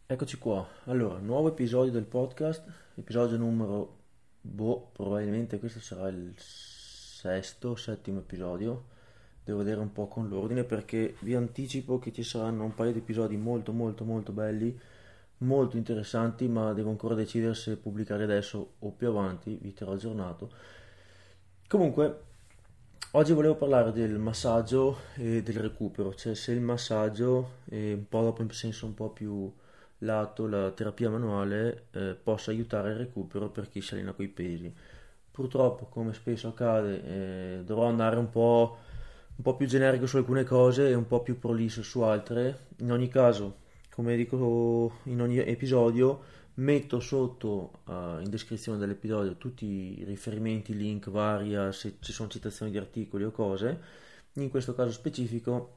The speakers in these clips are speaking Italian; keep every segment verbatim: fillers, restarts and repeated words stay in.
Eccoci qua. Allora, nuovo episodio del podcast, episodio numero, boh, probabilmente questo sarà il sesto, settimo episodio. Devo vedere un po' con l'ordine perché vi anticipo che ci saranno un paio di episodi molto molto molto belli, molto interessanti, ma devo ancora decidere se pubblicare adesso o più avanti, vi terrò aggiornato. Comunque, oggi volevo parlare del massaggio e del recupero, cioè se il massaggio, e un po' dopo in senso un po' più lato, la terapia manuale, eh, possa aiutare il recupero per chi si allena coi pesi. Purtroppo, come spesso accade, eh, dovrò andare un po', un po' più generico su alcune cose e un po' più prolisso su altre. In ogni caso, come dico in ogni episodio, metto sotto eh, in descrizione dell'episodio tutti i riferimenti, link vari, a se ci sono citazioni di articoli o cose. In questo caso specifico,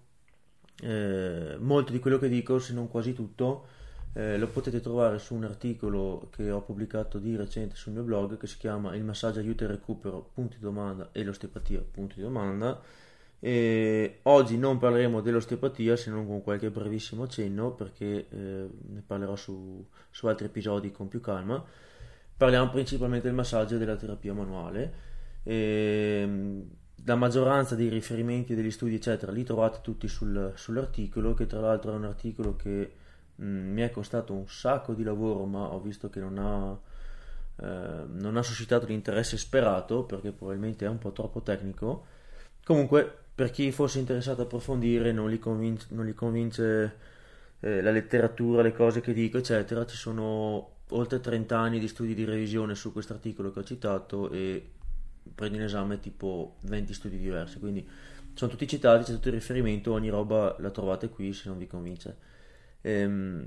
eh, molto di quello che dico, se non quasi tutto, eh, lo potete trovare su un articolo che ho pubblicato di recente sul mio blog che si chiama Il massaggio aiuta il recupero, punti di domanda, e l'osteopatia, punti di domanda. E oggi non parleremo dell'osteopatia se non con qualche brevissimo accenno perché eh, ne parlerò su, su altri episodi con più calma. Parliamo principalmente del massaggio e della terapia manuale. E, la maggioranza dei riferimenti degli studi eccetera li trovate tutti sul, sull'articolo, che tra l'altro è un articolo che mh, mi è costato un sacco di lavoro, ma ho visto che non ha, eh, non ha suscitato l'interesse sperato perché probabilmente è un po' troppo tecnico. Comunque, per chi fosse interessato a approfondire, non li convince, non li convince eh, la letteratura, le cose che dico, eccetera, ci sono oltre trenta anni di studi di revisione su questo articolo che ho citato e prendo in esame tipo venti studi diversi, quindi sono tutti citati, c'è tutto il riferimento, ogni roba la trovate qui se non vi convince. Ehm,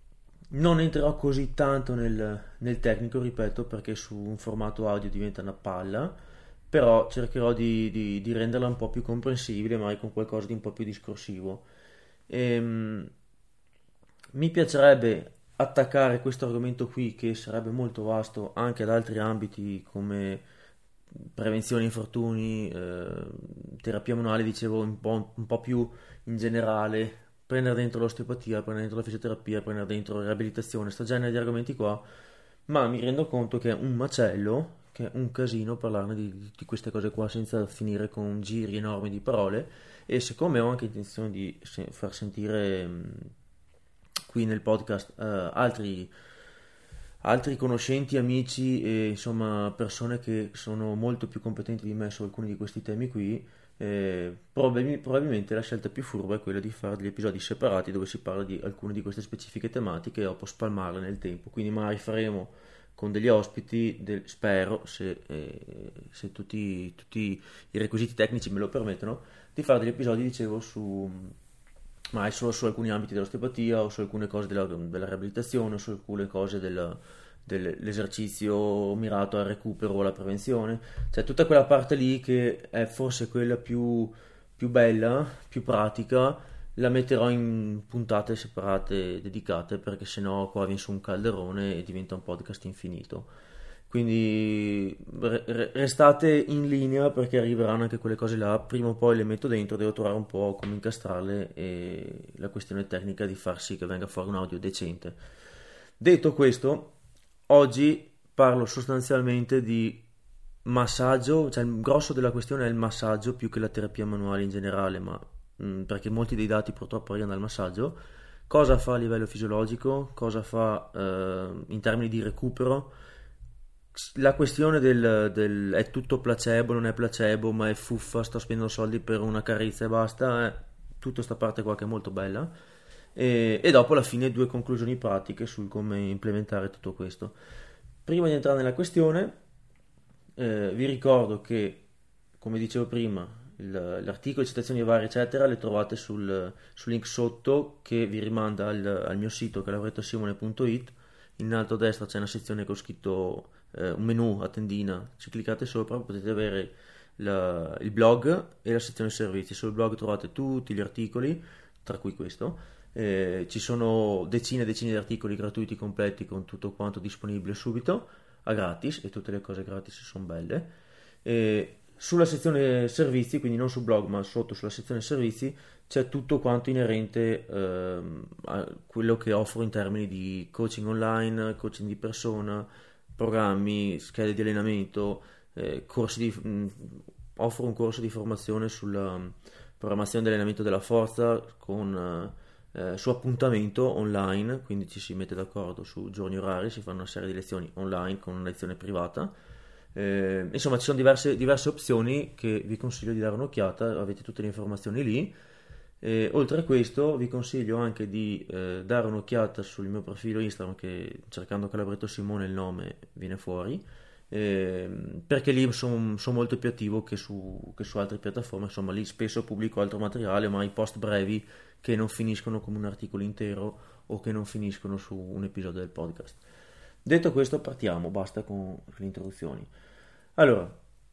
non entrerò così tanto nel, nel tecnico, ripeto, perché su un formato audio diventa una palla, però cercherò di, di- di renderla un po' più comprensibile, magari con qualcosa di un po' più discorsivo. Ehm, Mi piacerebbe attaccare questo argomento qui, che sarebbe molto vasto, anche ad altri ambiti come prevenzione infortuni, eh, terapia manuale, dicevo un po', un po' più in generale, prendere dentro l'osteopatia, prendere dentro la fisioterapia, prendere dentro la riabilitazione, sto genere di argomenti qua, ma mi rendo conto che è un macello, che è un casino parlarne di, di queste cose qua senza finire con giri enormi di parole, e siccome ho anche intenzione di se- far sentire mh, qui nel podcast eh, altri, altri conoscenti, amici e insomma persone che sono molto più competenti di me su alcuni di questi temi qui, eh, probabil- probabilmente la scelta più furba è quella di fare degli episodi separati dove si parla di alcune di queste specifiche tematiche e dopo spalmarle nel tempo. Quindi magari faremo con degli ospiti, del- spero, se, eh, se tutti, tutti i requisiti tecnici me lo permettono, di fare degli episodi, dicevo, su magari solo su alcuni ambiti dell'osteopatia o su alcune cose della, della riabilitazione o su alcune cose del- dell'esercizio mirato al recupero o alla prevenzione, cioè tutta quella parte lì che è forse quella più, più bella, più pratica, la metterò in puntate separate dedicate perché sennò qua viene su un calderone e diventa un podcast infinito. Quindi re- re- restate in linea perché arriveranno anche quelle cose là, prima o poi le metto dentro, devo trovare un po' come incastrarle e la questione tecnica di far sì che venga fuori un audio decente. Detto questo, oggi parlo sostanzialmente di massaggio, cioè il grosso della questione è il massaggio più che la terapia manuale in generale, ma mh, perché molti dei dati purtroppo arrivano dal massaggio. Cosa fa a livello fisiologico, cosa fa eh, in termini di recupero. La questione del, del è tutto placebo, non è placebo, ma è fuffa, sto spendendo soldi per una carezza e basta, è tutta sta parte qua che è molto bella. E, e dopo alla fine due conclusioni pratiche sul come implementare tutto questo. Prima di entrare nella questione, eh, vi ricordo che, come dicevo prima, il- l'articolo, le citazioni varie, eccetera, le trovate sul, sul link sotto che vi rimanda al, al mio sito che è lavorettosimone punto it. In alto a destra c'è una sezione che ho scritto eh, un menu a tendina, ci cliccate sopra, potete avere la- il blog e la sezione servizi. Sul blog trovate tutti gli articoli, tra cui questo. Eh, ci sono decine e decine di articoli gratuiti completi con tutto quanto disponibile subito a gratis, e tutte le cose gratis sono belle. E sulla sezione servizi, quindi non sul blog ma sotto sulla sezione servizi, c'è tutto quanto inerente ehm, a quello che offro in termini di coaching online, coaching di persona, programmi, schede di allenamento, eh, corsi di, mh, offro un corso di formazione sulla mh, programmazione di allenamento della forza con, eh, su appuntamento online, quindi ci si mette d'accordo su giorni orari, si fanno una serie di lezioni online con una lezione privata. Eh, insomma, ci sono diverse, diverse opzioni che vi consiglio di dare un'occhiata, avete tutte le informazioni lì. E oltre a questo vi consiglio anche di eh, dare un'occhiata sul mio profilo Instagram, che cercando Calabretto Simone il nome viene fuori, eh, perché lì sono son molto più attivo che su, che su altre piattaforme. Insomma, lì spesso pubblico altro materiale, ma i post brevi che non finiscono come un articolo intero o che non finiscono su un episodio del podcast. Detto questo, partiamo, basta con le introduzioni. Allora,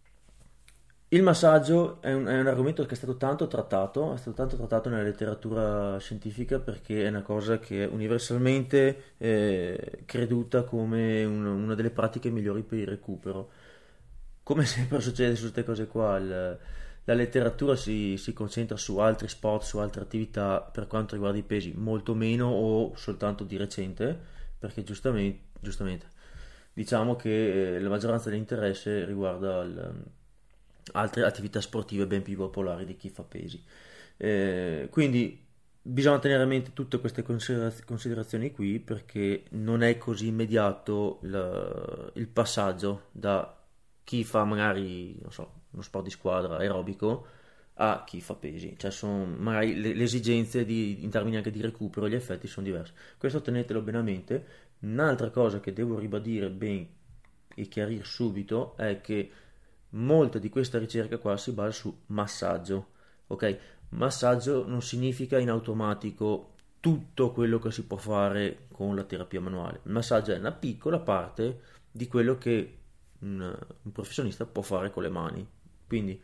il massaggio è un, è un argomento che è stato tanto trattato, è stato tanto trattato nella letteratura scientifica, perché è una cosa che è universalmente eh, creduta come un- una delle pratiche migliori per il recupero. Come sempre succede su queste cose qua, il- la letteratura si, si concentra su altri sport, su altre attività per quanto riguarda i pesi, molto meno o soltanto di recente, perché giustamente, giustamente diciamo che eh, la maggioranza dell'interesse riguarda il- altre attività sportive ben più popolari di chi fa pesi. Eh, quindi bisogna tenere a mente tutte queste consideraz- considerazioni qui, perché non è così immediato il, il passaggio da chi fa magari, non so, uno sport di squadra aerobico a chi fa pesi, cioè sono magari le, le esigenze di, in termini anche di recupero, gli effetti sono diversi. Questo tenetelo bene a mente. Un'altra cosa che devo ribadire ben e chiarire subito è che molta di questa ricerca qua si basa su massaggio, ok? Massaggio non significa in automatico tutto quello che si può fare con la terapia manuale. Il massaggio è una piccola parte di quello che un, un professionista può fare con le mani. Quindi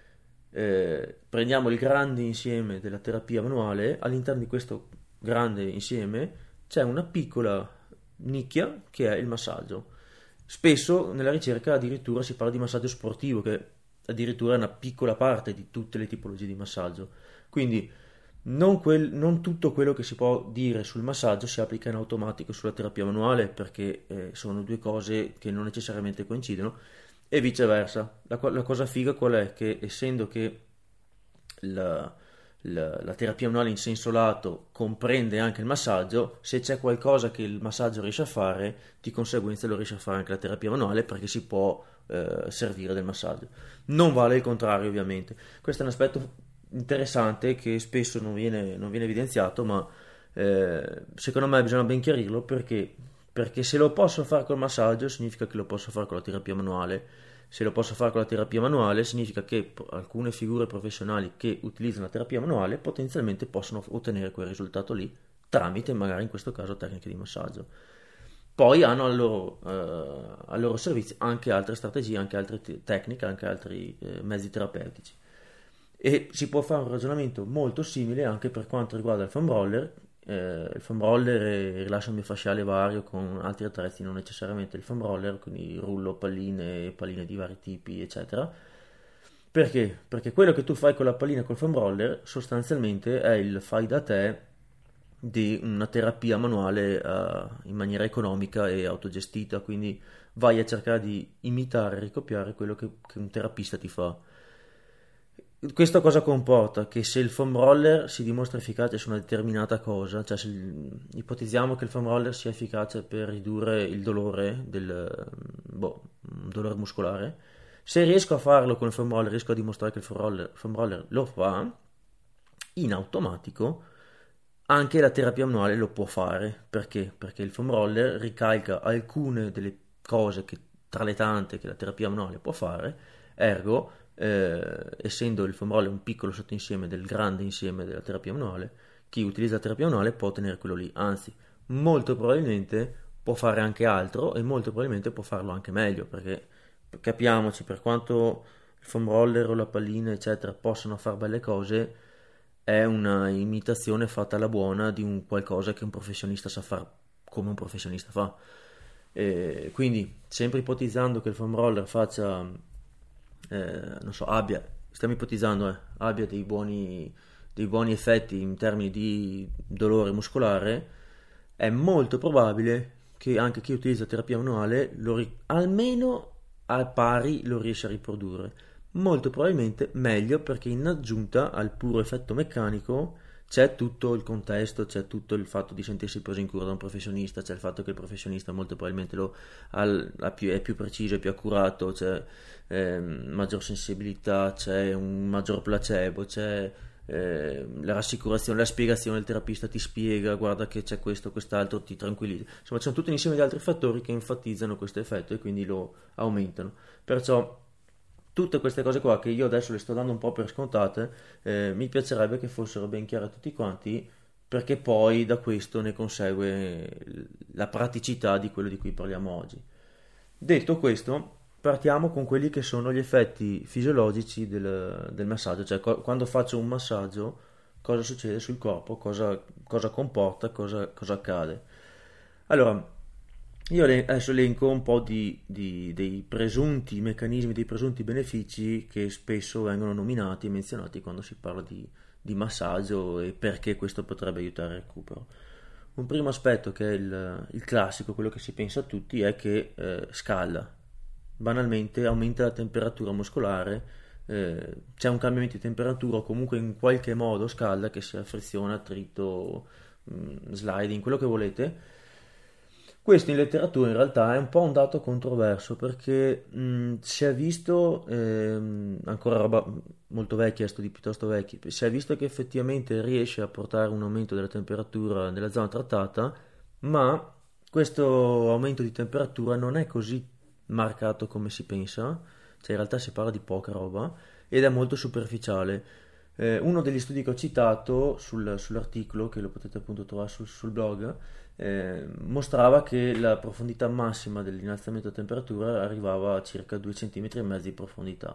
eh, prendiamo il grande insieme della terapia manuale, all'interno di questo grande insieme c'è una piccola nicchia che è il massaggio. Spesso nella ricerca addirittura si parla di massaggio sportivo, che addirittura è una piccola parte di tutte le tipologie di massaggio. Quindi non, quel- non tutto quello che si può dire sul massaggio si applica in automatico sulla terapia manuale, perché eh, sono due cose che non necessariamente coincidono, e viceversa. La, co- la cosa figa qual è? Che essendo che la, la- la terapia manuale in senso lato comprende anche il massaggio, se c'è qualcosa che il massaggio riesce a fare, di conseguenza lo riesce a fare anche la terapia manuale, perché si può eh, servire del massaggio. Non vale il contrario, ovviamente. Questo è un aspetto interessante che spesso non viene, non viene evidenziato, ma eh, secondo me bisogna ben chiarirlo, perché, perché se lo posso fare col massaggio significa che lo posso fare con la terapia manuale. Se lo posso fare con la terapia manuale significa che p- alcune figure professionali che utilizzano la terapia manuale potenzialmente possono ottenere quel risultato lì tramite magari in questo caso tecniche di massaggio. Poi hanno al loro, eh, al loro servizio anche altre strategie, anche altre te- tecniche, anche altri eh, mezzi terapeutici. E si può fare un ragionamento molto simile anche per quanto riguarda il foam roller. Eh, il foam roller e il rilascio miofasciale vario con altri attrezzi, non necessariamente il foam roller, quindi rullo, palline, palline di vari tipi, eccetera. Perché? Perché quello che tu fai con la pallina e col foam roller sostanzialmente è il fai da te di una terapia manuale eh, in maniera economica e autogestita, quindi vai a cercare di imitare e ricopiare quello che, che un terapista ti fa. Questo cosa comporta? Che se il foam roller si dimostra efficace su una determinata cosa, cioè se il- ipotizziamo che il foam roller sia efficace per ridurre il dolore del boh, un dolore muscolare, se riesco a farlo con il foam roller, riesco a dimostrare che il foam roller, foam roller lo fa, in automatico anche la terapia manuale lo può fare. Perché? Perché il foam roller ricalca alcune delle cose che, tra le tante che la terapia manuale può fare, ergo, eh, essendo il foam roller un piccolo sottoinsieme del grande insieme della terapia manuale, chi utilizza la terapia manuale può ottenere quello lì, anzi, molto probabilmente può fare anche altro e molto probabilmente può farlo anche meglio, perché capiamoci, per quanto il foam roller o la pallina, eccetera, possono fare belle cose, è una imitazione fatta alla buona di un qualcosa che un professionista sa fare come un professionista fa. E quindi, sempre ipotizzando che il foam roller faccia, eh, non so, abbia, stiamo ipotizzando, eh, abbia dei buoni, dei buoni effetti in termini di dolore muscolare, è molto probabile che anche chi utilizza terapia manuale lo ri- almeno al pari lo riesce a riprodurre. Molto probabilmente meglio, perché in aggiunta al puro effetto meccanico c'è tutto il contesto, c'è tutto il fatto di sentirsi preso in cura da un professionista, c'è il fatto che il professionista molto probabilmente lo, ha- ha più- è più preciso, è più accurato, c'è ehm, maggior sensibilità, c'è un maggior placebo, c'è eh, la rassicurazione, la spiegazione, il terapista ti spiega, guarda che c'è questo, quest'altro, ti tranquillizza. Insomma, ci sono tutto un insieme di altri fattori che enfatizzano questo effetto e quindi lo aumentano. Perciò tutte queste cose qua, che io adesso le sto dando un po' per scontate, eh, mi piacerebbe che fossero ben chiare a tutti quanti, perché poi da questo ne consegue la praticità di quello di cui parliamo oggi. Detto questo, partiamo con quelli che sono gli effetti fisiologici del, del massaggio, cioè co- quando faccio un massaggio, cosa succede sul corpo, cosa, cosa comporta, cosa, cosa accade. Allora, io le- adesso elenco un po' di, di- dei presunti meccanismi, dei presunti benefici che spesso vengono nominati e menzionati quando si parla di, di massaggio e perché questo potrebbe aiutare il recupero. Un primo aspetto, che è il, il classico, quello che si pensa a tutti, è che eh, scalda. Banalmente aumenta la temperatura muscolare, eh, c'è un cambiamento di temperatura o comunque in qualche modo scalda, che sia frizione, attrito, mh, sliding, quello che volete. Questo in letteratura in realtà è un po' un dato controverso, perché mh, si è visto, ehm, ancora roba molto vecchia, studi piuttosto vecchi, si è visto che effettivamente riesce a portare un aumento della temperatura nella zona trattata, ma questo aumento di temperatura non è così marcato come si pensa, cioè in realtà si parla di poca roba ed è molto superficiale. Eh, uno degli studi che ho citato sul- sull'articolo, che lo potete appunto trovare sul, sul blog, eh, mostrava che la profondità massima dell'innalzamento a temperatura arrivava a circa due centimetri e mezzo di profondità.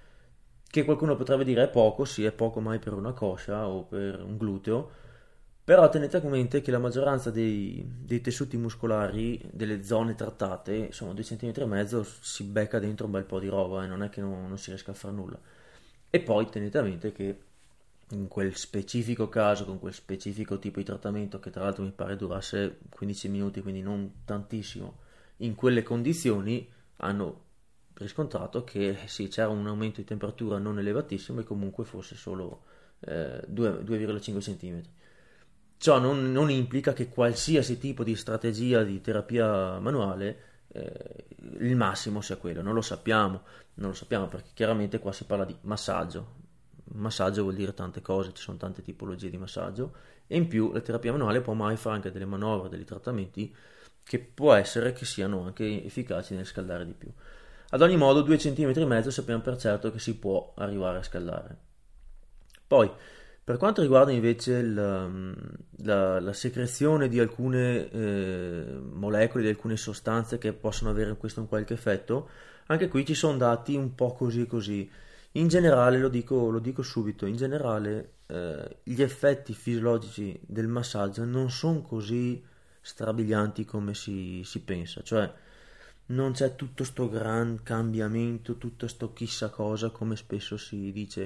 Che qualcuno potrebbe dire è poco, sì, è poco mai per una coscia o per un gluteo, però tenete a mente che la maggioranza dei, dei tessuti muscolari delle zone trattate, insomma due centimetri e mezzo, si becca dentro un bel po' di roba e non è che non, non si riesca a fare nulla. E poi tenete a mente che in quel specifico caso, con quel specifico tipo di trattamento, che tra l'altro mi pare durasse quindici minuti, quindi non tantissimo, in quelle condizioni hanno riscontrato che sì, c'era un aumento di temperatura non elevatissimo e comunque fosse solo eh, due virgola cinque centimetri. Ciò non, non implica che qualsiasi tipo di strategia di terapia manuale eh, il massimo sia quello, non lo sappiamo, non lo sappiamo perché chiaramente qua si parla di massaggio. Massaggio vuol dire tante cose, ci sono tante tipologie di massaggio e in più la terapia manuale può mai fare anche delle manovre, dei trattamenti che può essere che siano anche efficaci nel scaldare di più. Ad ogni modo due centimetri e mezzo sappiamo per certo che si può arrivare a scaldare. Poi, per quanto riguarda invece il, la, la secrezione di alcune eh, molecole, di alcune sostanze che possono avere questo un qualche effetto, anche qui ci sono dati un po' così così. In generale, lo dico, lo dico subito, in generale eh, gli effetti fisiologici del massaggio non sono così strabilianti come si, si pensa, cioè non c'è tutto sto gran cambiamento, tutto sto chissà cosa come spesso si dice.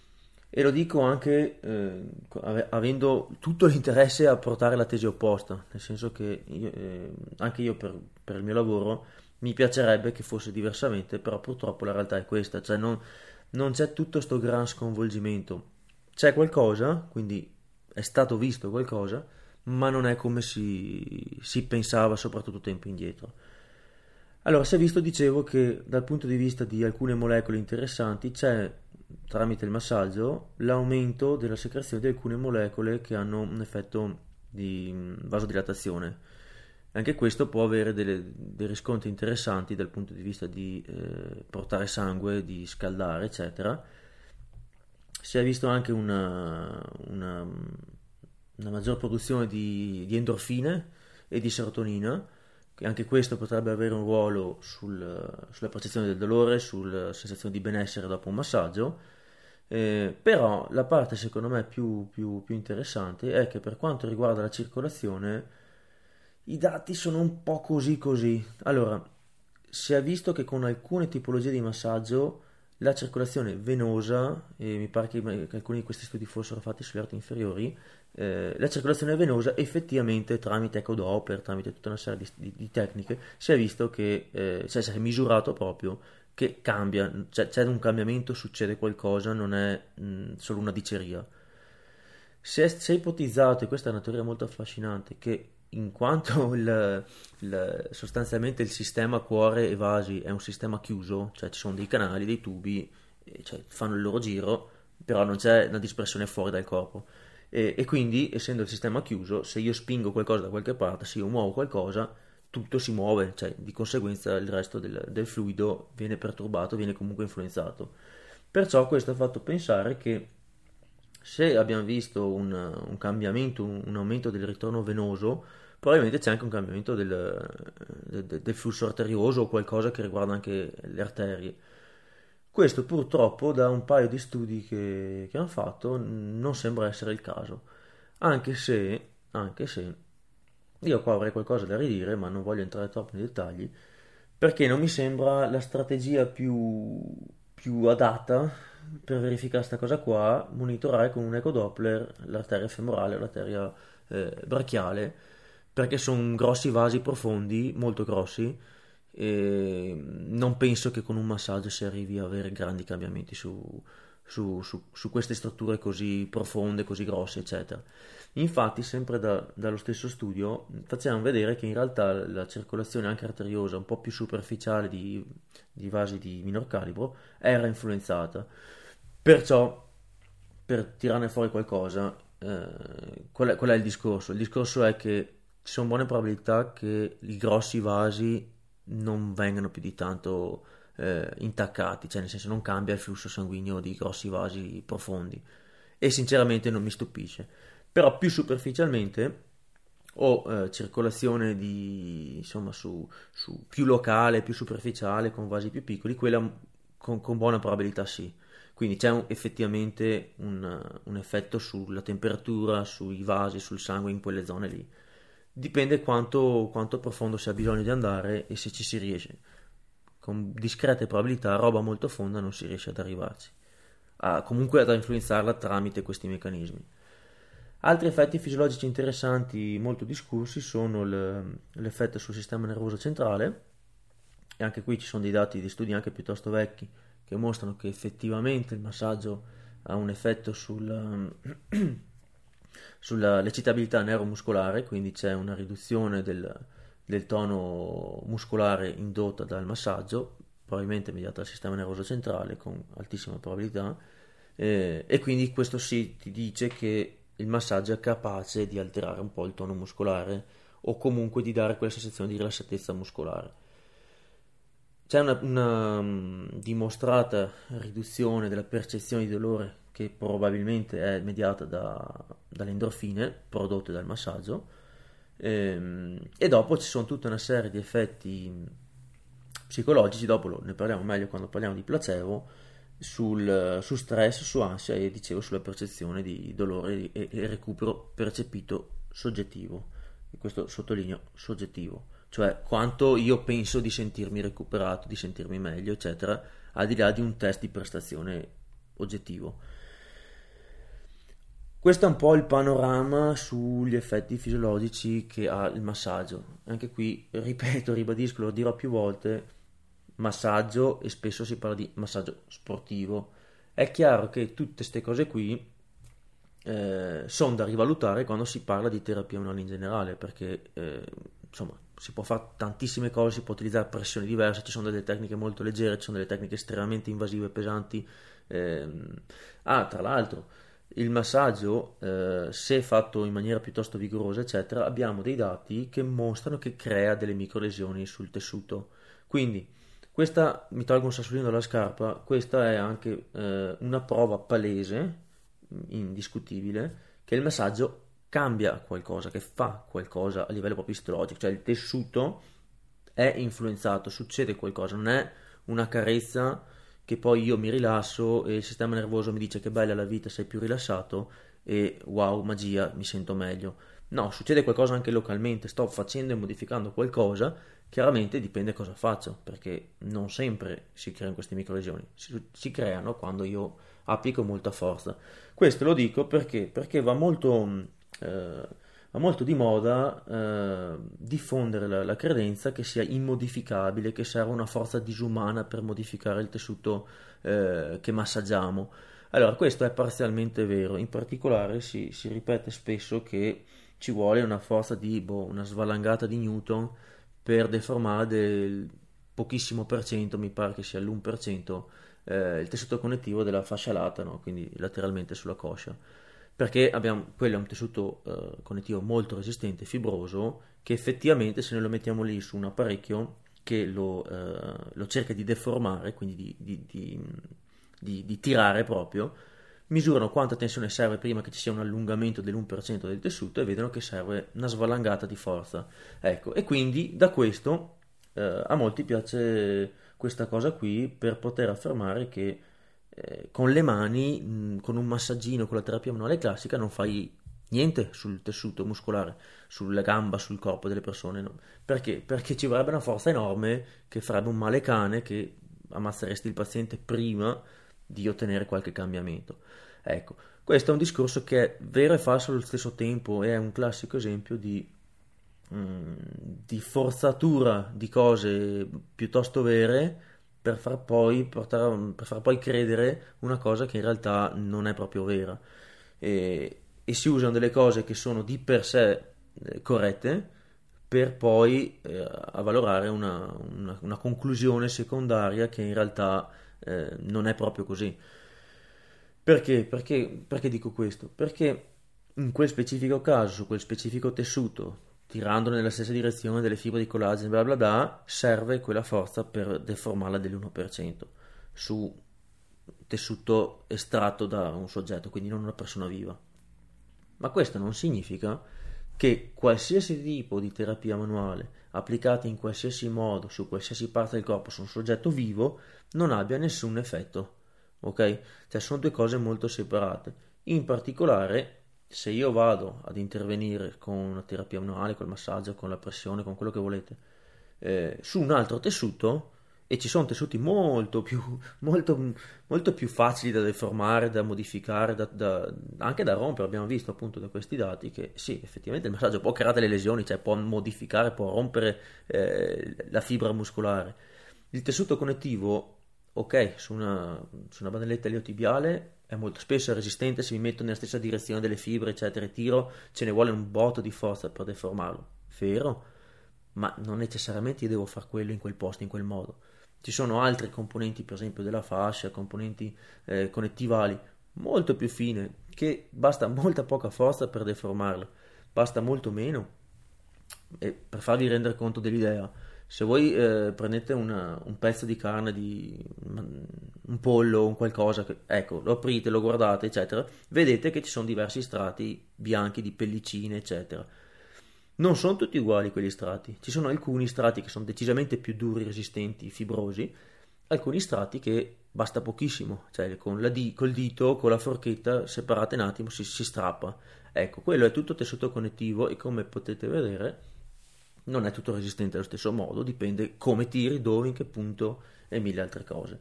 E lo dico anche eh, ave- avendo tutto l'interesse a portare la tesi opposta, nel senso che io, eh, anche io per, per il mio lavoro mi piacerebbe che fosse diversamente, però purtroppo la realtà è questa, cioè non, non c'è tutto sto gran sconvolgimento. C'è qualcosa, quindi è stato visto qualcosa, ma non è come si, si pensava, soprattutto tempo indietro. Allora, si è visto, dicevo, che dal punto di vista di alcune molecole interessanti c'è, tramite il massaggio, l'aumento della secrezione di alcune molecole che hanno un effetto di mm, vasodilatazione. Anche questo può avere delle- dei riscontri interessanti dal punto di vista di eh, portare sangue, di scaldare, eccetera. Si è visto anche una, una, una maggior produzione di, di endorfine e di serotonina, che anche questo potrebbe avere un ruolo sul- sulla percezione del dolore, sulla sensazione di benessere dopo un massaggio. Eh, però la parte secondo me più, più- più interessante è che per quanto riguarda la circolazione i dati sono un po' così così. Allora, si è visto che con alcune tipologie di massaggio la circolazione venosa, e mi pare che, che alcuni di questi studi fossero fatti sulle arti inferiori, eh, la circolazione venosa effettivamente tramite ecodoppler, tramite tutta una serie di, di, di tecniche, si è visto che, eh, cioè si è misurato proprio che cambia, cioè, c'è un cambiamento, succede qualcosa, non è mh, solo una diceria. Si è, si è ipotizzato, e questa è una teoria molto affascinante, che in quanto il, il, sostanzialmente il sistema cuore e vasi è un sistema chiuso, cioè ci sono dei canali, dei tubi, e cioè fanno il loro giro, però non c'è una dispersione fuori dal corpo. E, e quindi, essendo il sistema chiuso, se io spingo qualcosa da qualche parte, se io muovo qualcosa, tutto si muove, cioè di conseguenza il resto del, del fluido viene perturbato, viene comunque influenzato. Perciò questo ha fatto pensare che se abbiamo visto un, un cambiamento, un, un aumento del ritorno venoso, probabilmente c'è anche un cambiamento del, del, del flusso arterioso o qualcosa che riguarda anche le arterie. Questo purtroppo da un paio di studi che, che hanno fatto non sembra essere il caso, anche se, anche se io qua avrei qualcosa da ridire, ma non voglio entrare troppo nei dettagli, perché non mi sembra la strategia più, più adatta per verificare questa cosa qua, monitorare con un ecodoppler l'arteria femorale o l'arteria eh, brachiale, perché sono grossi vasi profondi, molto grossi, e non penso che con un massaggio si arrivi a avere grandi cambiamenti su, su, su, su queste strutture così profonde, così grosse, eccetera. Infatti, sempre da- dallo stesso studio, facevano vedere che in realtà la circolazione anche arteriosa, un po' più superficiale di, di vasi di minor calibro, era influenzata. Perciò, per tirarne fuori qualcosa, eh, qual è, qual è il discorso? Il discorso è che ci sono buone probabilità che i grossi vasi non vengano più di tanto eh, intaccati, cioè nel senso non cambia il flusso sanguigno di grossi vasi profondi. E sinceramente non mi stupisce. Però più superficialmente o eh, circolazione di, insomma, su, su più locale, più superficiale, con vasi più piccoli, quella con, con buona probabilità sì. Quindi c'è un- effettivamente un, un effetto sulla temperatura, sui vasi, sul sangue in quelle zone lì. Dipende quanto, quanto profondo si ha bisogno di andare e se ci si riesce. Con discrete probabilità, roba molto fonda non si riesce ad arrivarci. A- comunque ad influenzarla tramite questi meccanismi. Altri effetti fisiologici interessanti molto discussi sono l- l'effetto sul sistema nervoso centrale, e anche qui ci sono dei dati di studi anche piuttosto vecchi che mostrano che effettivamente il massaggio ha un effetto sul, sull'eccitabilità neuromuscolare, quindi c'è una riduzione del, del tono muscolare indotta dal massaggio, probabilmente mediata dal sistema nervoso centrale con altissima probabilità, eh, e quindi questo sì ti dice che il massaggio è capace di alterare un po' il tono muscolare o comunque di dare quella sensazione di rilassatezza muscolare. C'è una, una, mm, dimostrata riduzione della percezione di dolore che probabilmente è mediata da- dalle endorfine prodotte dal massaggio. Ehm, e dopo ci sono tutta una serie di effetti psicologici, dopo lo- ne parliamo meglio quando parliamo di placebo, sul, su stress, su ansia e dicevo sulla percezione di dolore e, e recupero percepito soggettivo. E questo sottolineo soggettivo, cioè quanto io penso di sentirmi recuperato, di sentirmi meglio, eccetera, al di là di un test di prestazione oggettivo. Questo è un po' il panorama sugli effetti fisiologici che ha il massaggio. Anche qui, ripeto, ribadisco, lo dirò più volte, massaggio e spesso si parla di massaggio sportivo. È chiaro che tutte queste cose qui eh, sono da rivalutare quando si parla di terapia manuale in generale, perché eh, insomma si può fare tantissime cose, si può utilizzare pressioni diverse, ci sono delle tecniche molto leggere, ci sono delle tecniche estremamente invasive e pesanti. ehm. Ah, tra l'altro, il massaggio, eh, se fatto in maniera piuttosto vigorosa, eccetera, abbiamo dei dati che mostrano che crea delle microlesioni sul tessuto. Quindi, questa, mi tolgo un sassolino dalla scarpa, questa è anche eh, una prova palese, indiscutibile, che il massaggio cambia qualcosa, che fa qualcosa a livello proprio istologico, cioè il tessuto è influenzato, succede qualcosa, non è una carezza che poi io mi rilasso e il sistema nervoso mi dice che bella la vita, sei più rilassato e wow, magia, mi sento meglio. No, succede qualcosa anche localmente, sto facendo e modificando qualcosa Chiaramente dipende cosa faccio, perché non sempre si creano queste microlesioni, si, si creano quando io applico molta forza. Questo lo dico perché, perché va molto, eh, va molto di moda eh, diffondere la, la credenza che sia immodificabile, che serva una forza disumana per modificare il tessuto eh, che massaggiamo. Allora, questo è parzialmente vero, in particolare si, si ripete spesso che ci vuole una forza di boh, una svalangata di Newton per deformare del pochissimo per cento, mi pare che sia l'uno per cento, eh, il tessuto connettivo della fascia lata, no? Quindi lateralmente sulla coscia. Perché abbiamo, quello è un tessuto eh, connettivo molto resistente, fibroso, che effettivamente se noi lo mettiamo lì su un apparecchio che lo, eh, lo cerca di deformare, quindi di, di, di, di, di tirare proprio, misurano quanta tensione serve prima che ci sia un allungamento dell'uno per cento del tessuto e vedono che serve una svalangata di forza. Ecco, e quindi da questo eh, a molti piace questa cosa qui per poter affermare che eh, con le mani, mh, con un massaggino, con la terapia manuale classica, non fai niente sul tessuto muscolare, sulla gamba, sul corpo delle persone. No? Perché? Perché ci vorrebbe una forza enorme che farebbe un male cane che ammazzeresti il paziente prima di ottenere qualche cambiamento. Ecco, questo è un discorso che è vero e falso allo stesso tempo, e è un classico esempio di, mm, di forzatura di cose piuttosto vere per far poi portare, per far poi credere una cosa che in realtà non è proprio vera. E, e si usano delle cose che sono di per sé eh, corrette per poi eh, avvalorare una, una, una conclusione secondaria che in realtà eh, non è proprio così. Perché? Perché, perché dico questo? Perché in quel specifico caso, su quel specifico tessuto, tirando nella stessa direzione delle fibre di collagene, bla bla bla, serve quella forza per deformarla dell'uno per cento su tessuto estratto da un soggetto, quindi non una persona viva. Ma questo non significa che qualsiasi tipo di terapia manuale applicata in qualsiasi modo su qualsiasi parte del corpo su un soggetto vivo non abbia nessun effetto, ok? Cioè sono due cose molto separate. In particolare, se io vado ad intervenire con una terapia manuale, col massaggio, con la pressione, con quello che volete, eh, su un altro tessuto, e ci sono tessuti molto più, molto, molto più facili da deformare, da modificare, da, da, anche da rompere. Abbiamo visto appunto da questi dati che sì, effettivamente il massaggio può creare delle lesioni, cioè può modificare, può rompere eh, la fibra muscolare. Il tessuto connettivo, ok, su una, su una bandelletta iliotibiale è molto spesso resistente, se mi metto nella stessa direzione delle fibre, eccetera, e tiro, ce ne vuole un botto di forza per deformarlo. Vero? Ma non necessariamente io devo fare quello in quel posto, in quel modo. Ci sono altre componenti, per esempio della fascia, componenti eh, connettivali molto più fine, che basta molta poca forza per deformarle, basta molto meno. E per farvi rendere conto dell'idea, se voi eh, prendete una- un pezzo di carne, di un pollo, un qualcosa, che- ecco, lo aprite, lo guardate, eccetera, vedete che ci sono diversi strati bianchi di pellicine, eccetera. Non sono tutti uguali quegli strati, ci sono alcuni strati che sono decisamente più duri, resistenti, fibrosi, alcuni strati che basta pochissimo, cioè con la di- col dito, con la forchetta, separate un attimo, si, si strappa. Ecco, quello è tutto tessuto connettivo e come potete vedere non è tutto resistente allo stesso modo, dipende come tiri, dove, in che punto e mille altre cose.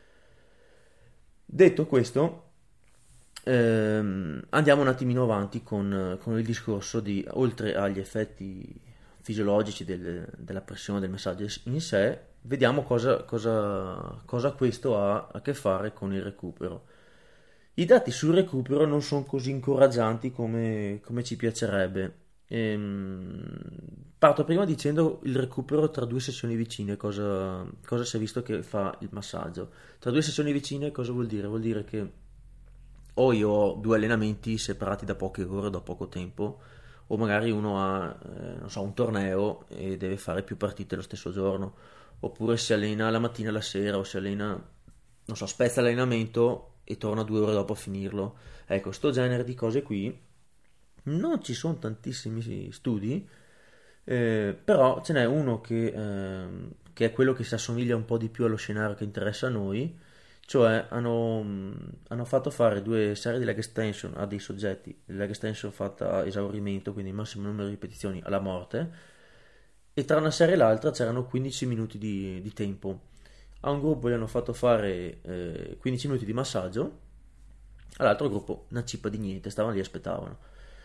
Detto questo, ehm, andiamo un attimino avanti con, con il discorso di, oltre agli effetti fisiologici del- della pressione del messaggio in sé, vediamo cosa, cosa- cosa questo ha a che fare con il recupero. I dati sul recupero non sono così incoraggianti come, come ci piacerebbe. Ehm, parto prima dicendo il recupero tra due sessioni vicine, cosa, cosa si è visto che fa il massaggio. Tra due sessioni vicine cosa vuol dire? Vuol dire che o io ho due allenamenti separati da poche ore, da poco tempo, o magari uno ha, eh, non so, un torneo e deve fare più partite lo stesso giorno, oppure si allena la mattina e la sera, o si allena, non so, spezza l'allenamento e torna due ore dopo a finirlo. Ecco, sto genere di cose qui non ci sono tantissimi studi, eh, però ce n'è uno che, ehm, che è quello che si assomiglia un po' di più allo scenario che interessa a noi, cioè hanno, mh, hanno fatto fare due serie di leg extension a dei soggetti, leg extension fatta a esaurimento, quindi massimo numero di ripetizioni alla morte, e tra una serie e l'altra c'erano quindici minuti di, di tempo. A un gruppo gli hanno fatto fare eh, quindici minuti di massaggio, all'altro gruppo una cippa di niente, stavano lì e aspettavano.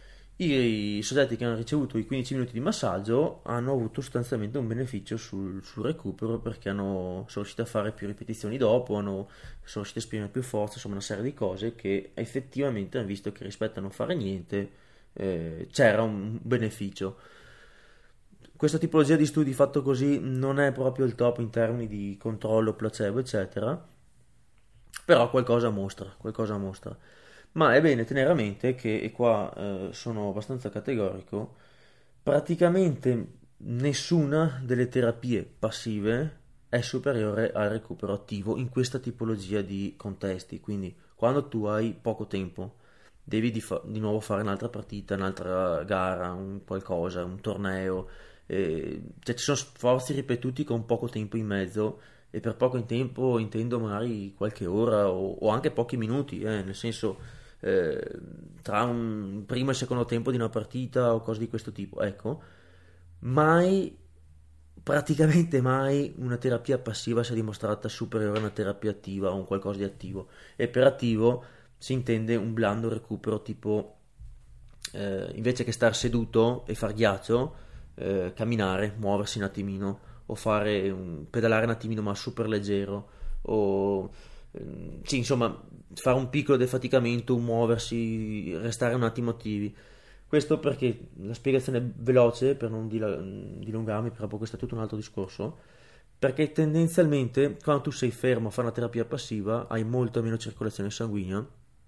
I soggetti che hanno ricevuto i quindici minuti di massaggio hanno avuto sostanzialmente un beneficio sul, sul recupero, perché hanno, sono riusciti a fare più ripetizioni dopo, hanno, sono riusciti a esprimere più forza, insomma una serie di cose che effettivamente hanno visto che rispetto a non fare niente eh, c'era un beneficio. Questa tipologia di studi fatto così non è proprio il top in termini di controllo, placebo, eccetera, però qualcosa mostra, qualcosa mostra. Ma è bene tenere a mente che, e qua eh, sono abbastanza categorico, praticamente nessuna delle terapie passive è superiore al recupero attivo in questa tipologia di contesti. Quindi quando tu hai poco tempo, devi di, fa- di nuovo fare un'altra partita, un'altra gara, un qualcosa, un torneo, eh, cioè ci sono sforzi ripetuti con poco tempo in mezzo, e per poco in tempo intendo magari qualche ora o, o anche pochi minuti, eh, nel senso eh, tra un primo e secondo tempo di una partita o cose di questo tipo, ecco, mai, praticamente mai una terapia passiva si è dimostrata superiore a una terapia attiva o un qualcosa di attivo. E per attivo si intende un blando recupero tipo eh, invece che star seduto e far ghiaccio, eh, camminare, muoversi un attimino, o fare un, pedalare un attimino ma super leggero, o ehm, sì, insomma, fare un piccolo defaticamento, un muoversi, restare un attimo attivi. Questo perché la spiegazione è veloce, per non dila- dilungarmi, però questo è tutto un altro discorso. Perché tendenzialmente quando tu sei fermo a fare una terapia passiva hai molto meno circolazione sanguigna,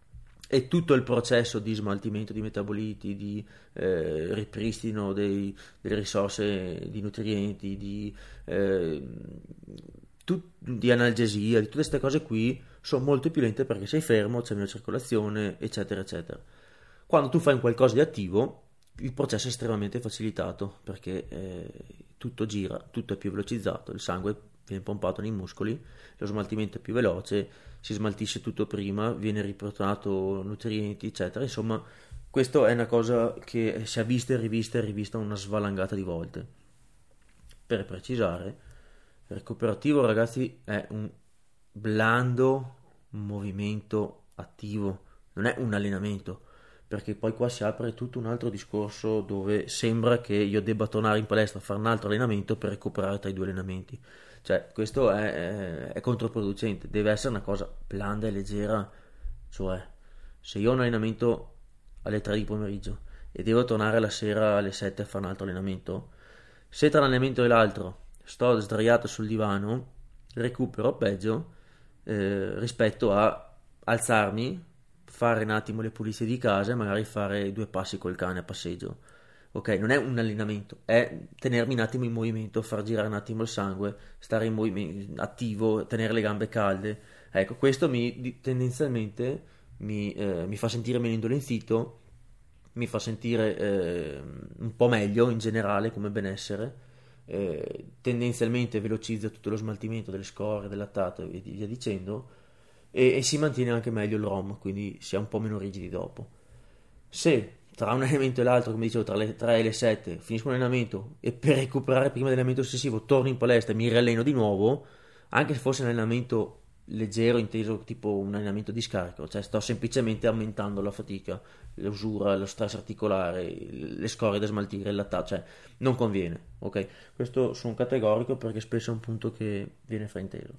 e tutto il processo di smaltimento di metaboliti, di eh, ripristino dei- delle risorse di nutrienti, di, eh, tut- di analgesia, di tutte queste cose qui sono molto più lente perché sei fermo, c'è meno circolazione, eccetera, eccetera. Quando tu fai un qualcosa di attivo, il processo è estremamente facilitato perché eh, tutto gira, tutto è più velocizzato, il sangue viene pompato nei muscoli, lo smaltimento è più veloce, si smaltisce tutto prima, viene riportato nutrienti, eccetera. Insomma, questa è una cosa che si è vista e rivista e rivista una svalangata di volte. Per precisare, il recuperativo, ragazzi, è un blando movimento attivo, non è un allenamento, perché poi qua si apre tutto un altro discorso dove sembra che io debba tornare in palestra a fare un altro allenamento per recuperare tra i due allenamenti. Cioè, questo è, è, è controproducente, deve essere una cosa blanda e leggera, cioè, se io ho un allenamento alle tre di pomeriggio e devo tornare la sera alle sette a fare un altro allenamento, se tra un allenamento e l'altro sto sdraiato sul divano, recupero peggio eh, rispetto a alzarmi, fare un attimo le pulizie di casa e magari fare due passi col cane a passeggio. Ok, non è un allenamento, è tenermi un attimo in movimento, far girare un attimo il sangue, stare in movimento attivo, tenere le gambe calde. Ecco, questo mi tendenzialmente mi, eh, mi fa sentire meno indolenzito, mi fa sentire eh, un po' meglio in generale come benessere, eh, tendenzialmente velocizza tutto lo smaltimento delle scorie, del lattato e via dicendo, e, e si mantiene anche meglio il ROM, quindi si è un po' meno rigidi dopo. Se tra un allenamento e l'altro, come dicevo, tra le tre e le sette finisco un allenamento e per recuperare prima dell'allenamento successivo torno in palestra e mi rialleno di nuovo, anche se fosse un allenamento leggero, inteso tipo un allenamento di scarico, cioè sto semplicemente aumentando la fatica, l'usura, lo stress articolare, le scorie da smaltire, il lattato, cioè non conviene, ok? Questo sono categorico perché spesso è un punto che viene frainteso.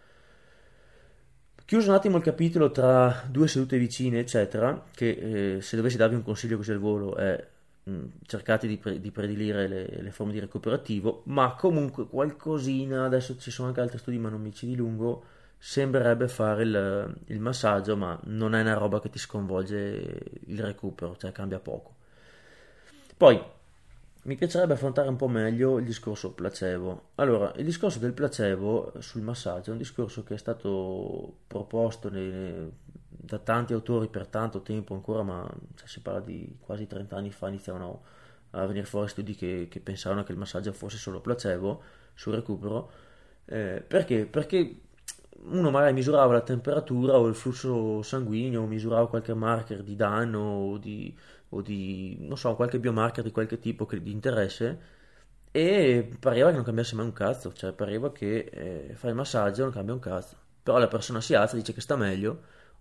Chiuso un attimo il capitolo tra due sedute vicine, eccetera, che eh, se dovessi darvi un consiglio così al volo è mh, cercate di, pre- di predilire le, le forme di recuperativo, ma comunque qualcosina, adesso ci sono anche altri studi ma non mi ci dilungo, sembrerebbe fare il, il massaggio, ma non è una roba che ti sconvolge il recupero, cioè cambia poco. Poi mi piacerebbe affrontare un po' meglio il discorso placebo. Allora, il discorso del placebo sul massaggio è un discorso che è stato proposto nei- da tanti autori per tanto tempo ancora, ma cioè, si parla di quasi trenta anni fa, iniziavano a venire fuori studi che, che pensavano che il massaggio fosse solo placebo sul recupero. Eh, perché? Perché uno magari misurava la temperatura o il flusso sanguigno, misurava qualche marker di danno o di, o di non so, qualche biomarker di qualche tipo che, di interesse, e pareva che non cambiasse mai un cazzo, cioè pareva che eh, fai il massaggio e non cambia un cazzo, però la persona si alza, dice che sta meglio,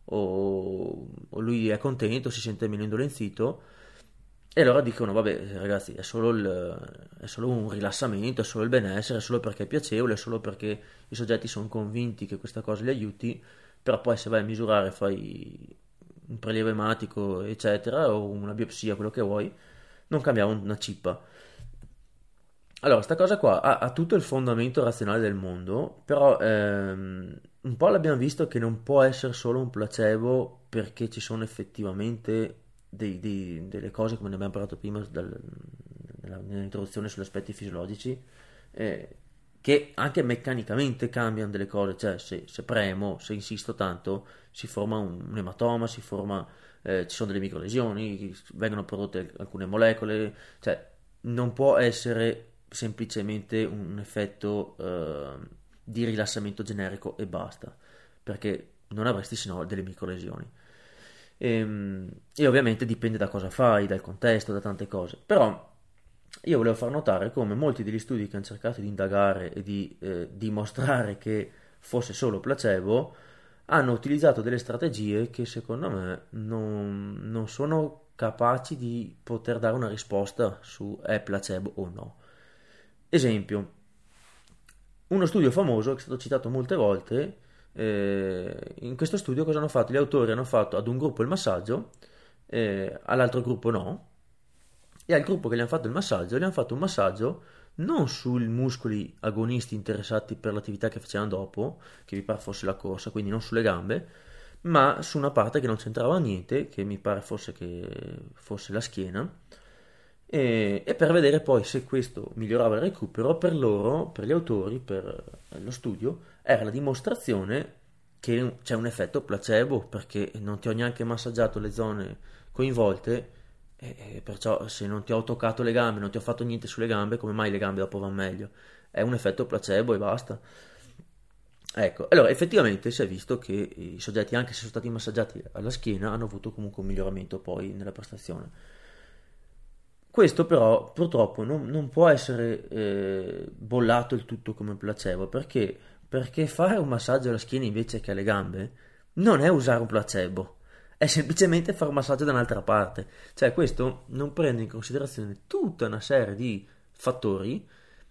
o, o lui è contento, si sente meno indolenzito, e allora dicono, vabbè ragazzi, è solo, il- è solo un rilassamento, è solo il benessere, è solo perché è piacevole, è solo perché i soggetti sono convinti che questa cosa li aiuti, però poi se vai a misurare, fai un prelievo ematico, eccetera, o una biopsia, quello che vuoi, non cambiava una cippa. Allora, sta cosa qua ha, ha tutto il fondamento razionale del mondo, però ehm, un po' l'abbiamo visto che non può essere solo un placebo perché ci sono effettivamente dei- dei- delle cose, come ne abbiamo parlato prima dal- nella- nell'introduzione sugli aspetti fisiologici, eh, che anche meccanicamente cambiano delle cose, cioè se, se premo, se insisto tanto, si forma un, un ematoma, si forma, eh, ci sono delle microlesioni, vengono prodotte alcune molecole, cioè non può essere semplicemente un effetto eh, di rilassamento generico e basta, perché non avresti sennò delle microlesioni. E, e ovviamente dipende da cosa fai, dal contesto, da tante cose. Però io volevo far notare come molti degli studi che hanno cercato di indagare e di eh, dimostrare che fosse solo placebo hanno utilizzato delle strategie che secondo me non, non sono capaci di poter dare una risposta su è placebo o no. Esempio, uno studio famoso che è stato citato molte volte, eh, in questo studio cosa hanno fatto? Gli autori hanno fatto ad un gruppo il massaggio, eh, all'altro gruppo no, e al gruppo che gli hanno fatto il massaggio, gli hanno fatto un massaggio non sui muscoli agonisti interessati per l'attività che facevano dopo, che mi pare fosse la corsa, quindi non sulle gambe, ma su una parte che non c'entrava niente, che mi pare fosse che fosse la schiena, e, e per vedere poi se questo migliorava il recupero, per loro, per gli autori, per lo studio, era la dimostrazione che c'è un effetto placebo, perché non ti ho neanche massaggiato le zone coinvolte, e e perciò se non ti ho toccato le gambe, non ti ho fatto niente sulle gambe, come mai le gambe dopo vanno meglio? È un effetto placebo e basta. Ecco, allora effettivamente si è visto che i soggetti, anche se sono stati massaggiati alla schiena, hanno avuto comunque un miglioramento poi nella prestazione. Questo però purtroppo non, non può essere eh, bollato il tutto come placebo, perché? Perché fare un massaggio alla schiena invece che alle gambe non è usare un placebo, è semplicemente fare un massaggio da un'altra parte. Cioè questo non prende in considerazione tutta una serie di fattori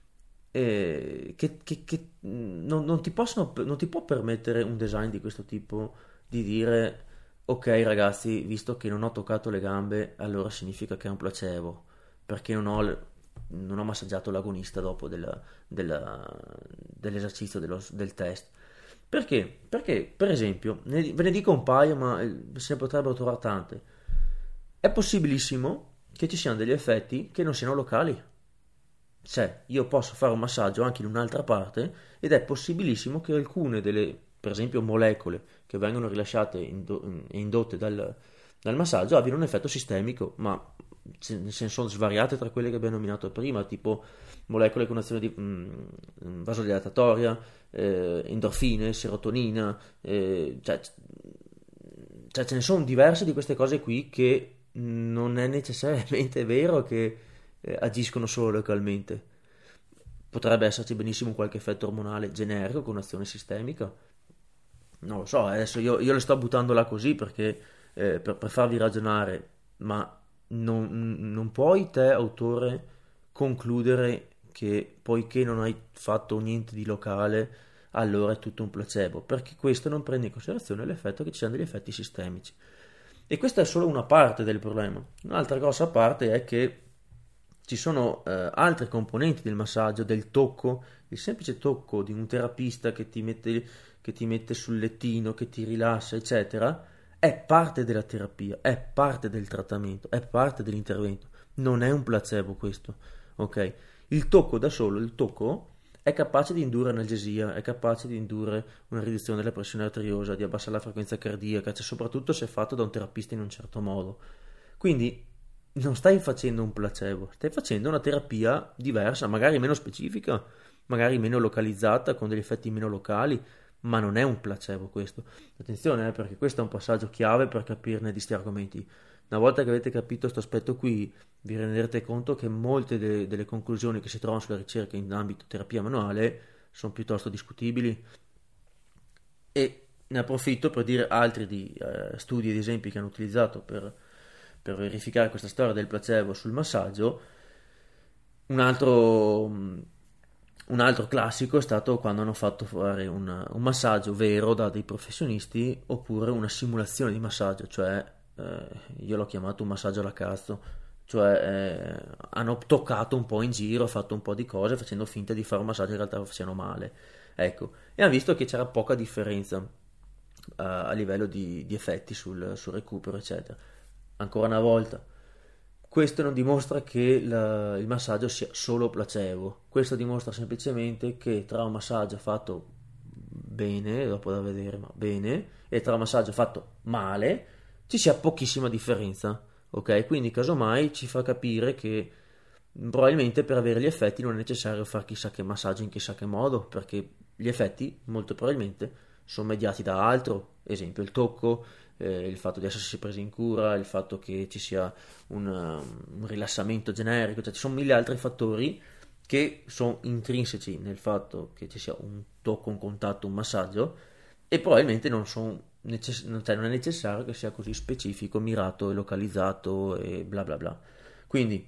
eh, che, che- che, mh, non, non ti possono, non ti può permettere un design di questo tipo di dire ok ragazzi, visto che non ho toccato le gambe, allora significa che è un placebo, perché non ho, non ho massaggiato l'agonista dopo della- della- dell'esercizio dello- del test. Perché? Perché, per esempio, ne- ve ne dico un paio, ma eh, se ne potrebbero trovare tante. È possibilissimo che ci siano degli effetti che non siano locali. Cioè, io posso fare un massaggio anche in un'altra parte ed è possibilissimo che alcune delle, per esempio, molecole che vengono rilasciate indo- e indotte dal, dal massaggio abbiano un effetto sistemico, ma ce ce ne sono svariate tra quelle che abbiamo nominato prima, tipo molecole con azione di, mh, vasodilatatoria, eh, endorfine, serotonina, eh, cioè, cioè ce ne sono diverse di queste cose qui che non è necessariamente vero che eh, agiscono solo localmente. Potrebbe esserci benissimo qualche effetto ormonale generico con azione sistemica. Non lo so, adesso io, io le sto buttando là così perché eh, per, per farvi ragionare, ma non, non puoi te, autore, concludere che poiché non hai fatto niente di locale, allora è tutto un placebo, perché questo non prende in considerazione l'effetto che ci siano degli effetti sistemici. E questa è solo una parte del problema. Un'altra grossa parte è che ci sono eh, altre componenti del massaggio, del tocco, il semplice tocco di un terapista che ti mette, che ti mette sul lettino, che ti rilassa, eccetera, è parte della terapia, è parte del trattamento, è parte dell'intervento. Non è un placebo questo, ok? Il tocco da solo, il tocco è capace di indurre analgesia, è capace di indurre una riduzione della pressione arteriosa, di abbassare la frequenza cardiaca, cioè soprattutto se fatto da un terapista in un certo modo. Quindi non stai facendo un placebo, stai facendo una terapia diversa, magari meno specifica, magari meno localizzata, con degli effetti meno locali, ma non è un placebo questo. Attenzione, eh, perché questo è un passaggio chiave per capirne di questi argomenti. Una volta che avete capito questo aspetto qui, vi renderete conto che molte de- delle conclusioni che si trovano sulla ricerca in ambito terapia manuale sono piuttosto discutibili. E ne approfitto per dire altri di eh, studi ed esempi che hanno utilizzato per, per verificare questa storia del placebo sul massaggio. Un altro, un altro classico è stato quando hanno fatto fare un, un massaggio vero da dei professionisti oppure una simulazione di massaggio, cioè eh, io l'ho chiamato un massaggio alla cazzo, cioè eh, hanno toccato un po' in giro, fatto un po' di cose facendo finta di fare un massaggio, in realtà lo facevano male, ecco, e hanno visto che c'era poca differenza uh, a livello di, di effetti sul, sul recupero, eccetera. Ancora una volta, questo non dimostra che la, il massaggio sia solo placebo, questo dimostra semplicemente che tra un massaggio fatto bene, dopo da vedere, ma bene, e tra un massaggio fatto male ci sia pochissima differenza, ok? Quindi casomai ci fa capire che probabilmente per avere gli effetti non è necessario fare chissà che massaggio in chissà che modo, perché gli effetti molto probabilmente sono mediati da altro, esempio il tocco, eh, il fatto di essersi presi in cura, il fatto che ci sia un, um, un rilassamento generico, cioè ci sono mille altri fattori che sono intrinseci nel fatto che ci sia un tocco, un contatto, un massaggio, e probabilmente non, sono necess- cioè non è necessario che sia così specifico, mirato e localizzato e bla bla bla. Quindi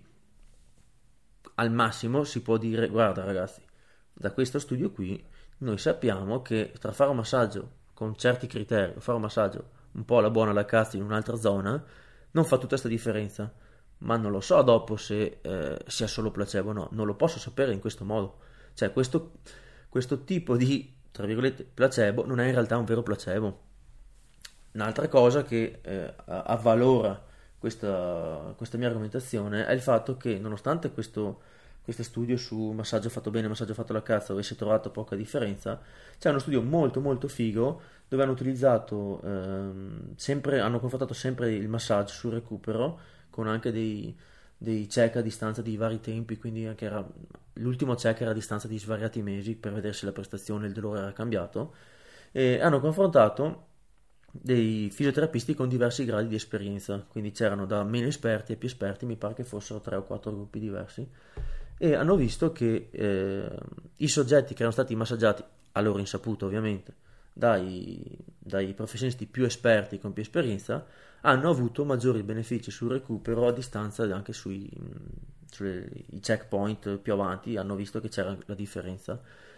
al massimo si può dire: guarda ragazzi, da questo studio qui noi sappiamo che tra fare un massaggio con certi criteri o fare un massaggio un po' alla buona alla cazzo in un'altra zona non fa tutta questa differenza, ma non lo so dopo se eh, sia solo placebo o no, non lo posso sapere in questo modo, cioè questo, questo tipo di, tra virgolette, placebo non è in realtà un vero placebo. Un'altra cosa che eh, avvalora questa, questa mia argomentazione è il fatto che nonostante questo, questo studio su massaggio fatto bene e massaggio fatto alla cazzo avesse trovato poca differenza, c'è uno studio molto molto figo dove hanno utilizzato ehm, sempre, hanno confrontato sempre il massaggio sul recupero con anche dei, dei check a distanza di vari tempi, quindi anche era, l'ultimo check era a distanza di svariati mesi per vedere se la prestazione e il dolore era cambiato, e hanno confrontato dei fisioterapisti con diversi gradi di esperienza, quindi c'erano da meno esperti a più esperti, mi pare che fossero tre o quattro gruppi diversi, e hanno visto che eh, i soggetti che erano stati massaggiati, a loro insaputa ovviamente, dai, dai professionisti più esperti con più esperienza, hanno avuto maggiori benefici sul recupero a distanza, anche sui, sui checkpoint più avanti hanno visto che c'era la differenza.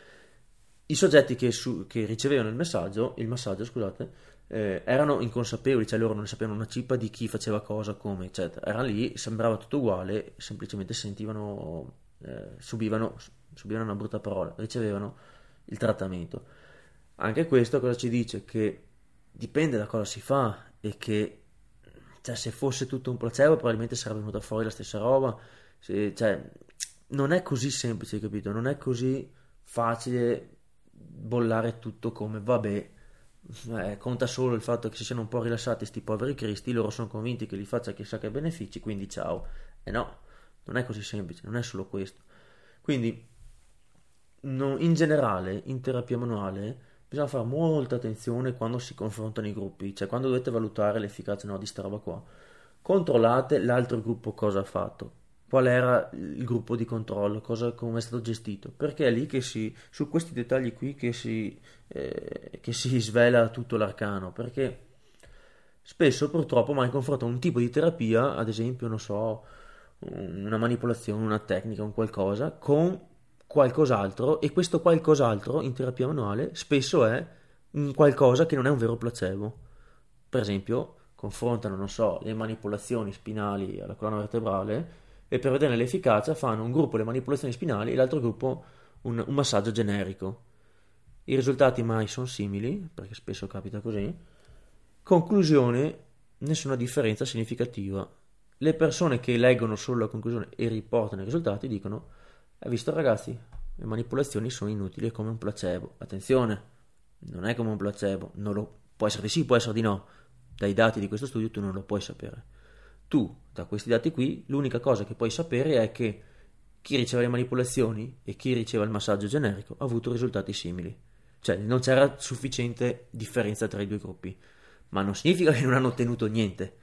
I soggetti che, su, che ricevevano il messaggio, il massaggio, scusate, eh, erano inconsapevoli, cioè loro non sapevano una cippa di chi faceva cosa, come, eccetera. Erano lì, sembrava tutto uguale, semplicemente sentivano, eh, subivano, subivano una brutta parola, ricevevano il trattamento. Anche questo cosa ci dice? Che dipende da cosa si fa e che, cioè, se fosse tutto un placebo probabilmente sarebbe venuta fuori la stessa roba. Se, cioè, non è così semplice, capito? Non è così facile bollare tutto come vabbè, eh, conta solo il fatto che si siano un po' rilassati sti poveri cristi, loro sono convinti che li faccia chissà che benefici, quindi ciao. E no, non è così semplice, non è solo questo. Quindi no, in generale in terapia manuale bisogna fare molta attenzione quando si confrontano i gruppi, cioè quando dovete valutare l'efficacia, no, di sta roba qua, controllate l'altro gruppo cosa ha fatto, qual era il gruppo di controllo, cosa, come è stato gestito, perché è lì che si, su questi dettagli qui che si, eh, che si svela tutto l'arcano, perché spesso purtroppo mai confronto un tipo di terapia, ad esempio, non so, una manipolazione, una tecnica, un qualcosa, con qualcos'altro, e questo qualcos'altro in terapia manuale spesso è un qualcosa che non è un vero placebo. Per esempio, confrontano, non so, le manipolazioni spinali alla colonna vertebrale e per vederne l'efficacia fanno un gruppo le manipolazioni spinali e l'altro gruppo un, un massaggio generico. I risultati mai sono simili, perché spesso capita così. Conclusione: nessuna differenza significativa. Le persone che leggono solo la conclusione e riportano i risultati dicono: hai visto ragazzi, le manipolazioni sono inutili, è come un placebo. Attenzione, non è come un placebo, non lo, può essere di sì, può essere di no. Dai dati di questo studio tu non lo puoi sapere. Tu, da questi dati qui, l'unica cosa che puoi sapere è che chi riceve le manipolazioni e chi riceve il massaggio generico ha avuto risultati simili. Cioè non c'era sufficiente differenza tra i due gruppi, ma non significa che non hanno ottenuto niente,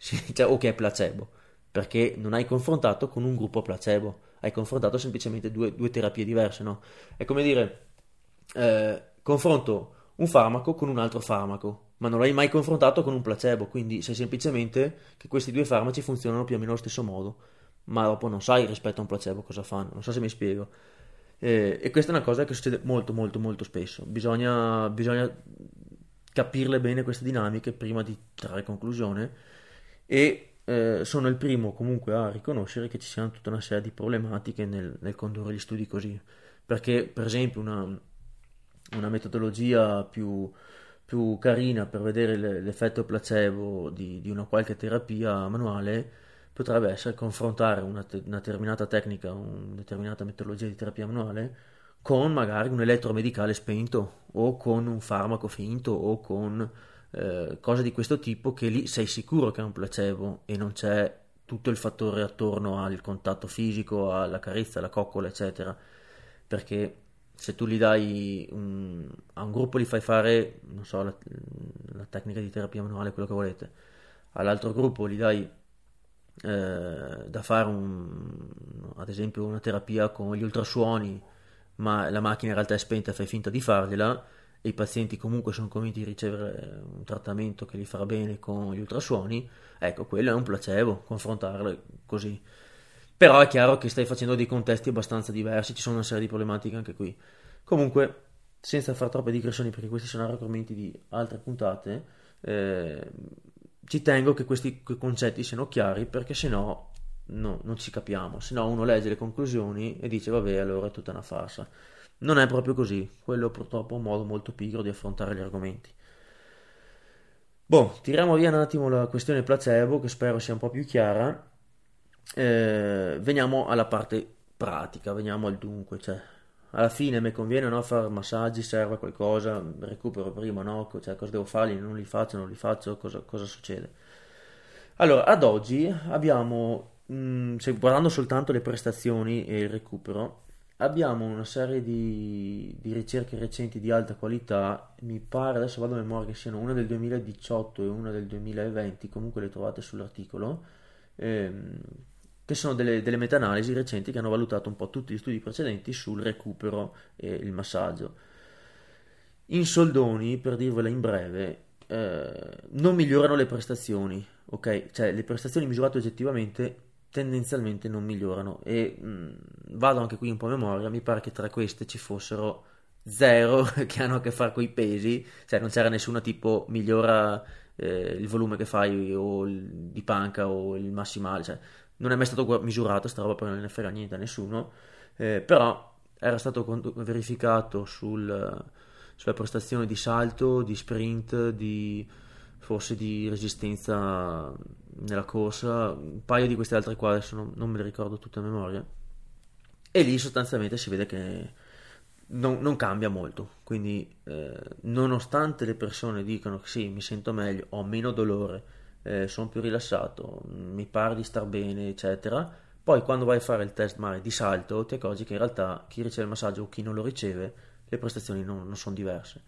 sì, cioè, o che è placebo, perché non hai confrontato con un gruppo placebo, hai confrontato semplicemente due, due terapie diverse, no? È come dire, eh, confronto un farmaco con un altro farmaco, ma non l'hai mai confrontato con un placebo, quindi sai semplicemente che questi due farmaci funzionano più o meno allo stesso modo, ma dopo non sai rispetto a un placebo cosa fanno, non so se mi spiego. Eh, e questa è una cosa che succede molto molto molto spesso, bisogna, bisogna capirle bene queste dinamiche prima di trarre conclusione e eh, sono il primo comunque a riconoscere che ci siano tutta una serie di problematiche nel, nel condurre gli studi così, perché per esempio una, una metodologia più, più carina per vedere le- l'effetto placebo di, di una qualche terapia manuale potrebbe essere confrontare una, te- una determinata tecnica, una determinata metodologia di terapia manuale con magari un elettromedicale spento o con un farmaco finto o con eh, cose di questo tipo che lì sei sicuro che è un placebo e non c'è tutto il fattore attorno al contatto fisico, alla carezza, alla coccola, eccetera. Perché se tu gli dai un, a un gruppo gli fai fare, non so, la, la tecnica di terapia manuale, quello che volete, all'altro gruppo gli dai eh, da fare un, ad esempio una terapia con gli ultrasuoni, ma la macchina in realtà è spenta e fai finta di fargliela, e i pazienti comunque sono convinti di ricevere un trattamento che li farà bene con gli ultrasuoni, ecco, quello è un placebo, confrontarle così. Però è chiaro che stai facendo dei contesti abbastanza diversi, ci sono una serie di problematiche anche qui. Comunque, senza fare troppe digressioni, perché questi sono argomenti di altre puntate, eh, ci tengo che questi concetti siano chiari, perché sennò no, non ci capiamo. Se no uno legge le conclusioni e dice vabbè, allora è tutta una farsa. Non è proprio così, quello purtroppo è un modo molto pigro di affrontare gli argomenti. Boh, tiriamo via un attimo la questione placebo, che spero sia un po' più chiara. Eh, veniamo alla parte pratica, veniamo al dunque, cioè alla fine mi conviene no, fare massaggi, serve a qualcosa, recupero prima, no? Cioè, cosa devo farli? Non li faccio, non li faccio, cosa, cosa succede? Allora, ad oggi abbiamo, mh, se guardando soltanto le prestazioni e il recupero, abbiamo una serie di, di ricerche recenti di alta qualità, mi pare, adesso vado a memoria che siano una del duemiladiciotto e una del duemilaventi, comunque le trovate sull'articolo, ehm, che sono delle, delle meta-analisi recenti che hanno valutato un po' tutti gli studi precedenti sul recupero e il massaggio. In soldoni, per dirvela in breve, eh, non migliorano le prestazioni, ok? Cioè le prestazioni misurate oggettivamente tendenzialmente non migliorano e mh, vado anche qui un po' a memoria, mi pare che tra queste ci fossero zero che hanno a che fare con i pesi, cioè non c'era nessuna tipo migliora eh, il volume che fai o il, di panca o il massimale, cioè non è mai stato gu- misurato sta roba perché non ne frega niente a nessuno, eh, però era stato cont- verificato sul, sulle prestazioni di salto, di sprint, di forse di resistenza nella corsa, un paio di queste altre qua adesso non, non me le ricordo tutte a memoria, e lì sostanzialmente si vede che non, non cambia molto, quindi eh, nonostante le persone dicano che sì, mi sento meglio, ho meno dolore, eh, sono più rilassato, mi pare di star bene, eccetera, poi quando vai a fare il test magari di salto ti accorgi che in realtà chi riceve il massaggio o chi non lo riceve, le prestazioni non, non sono diverse.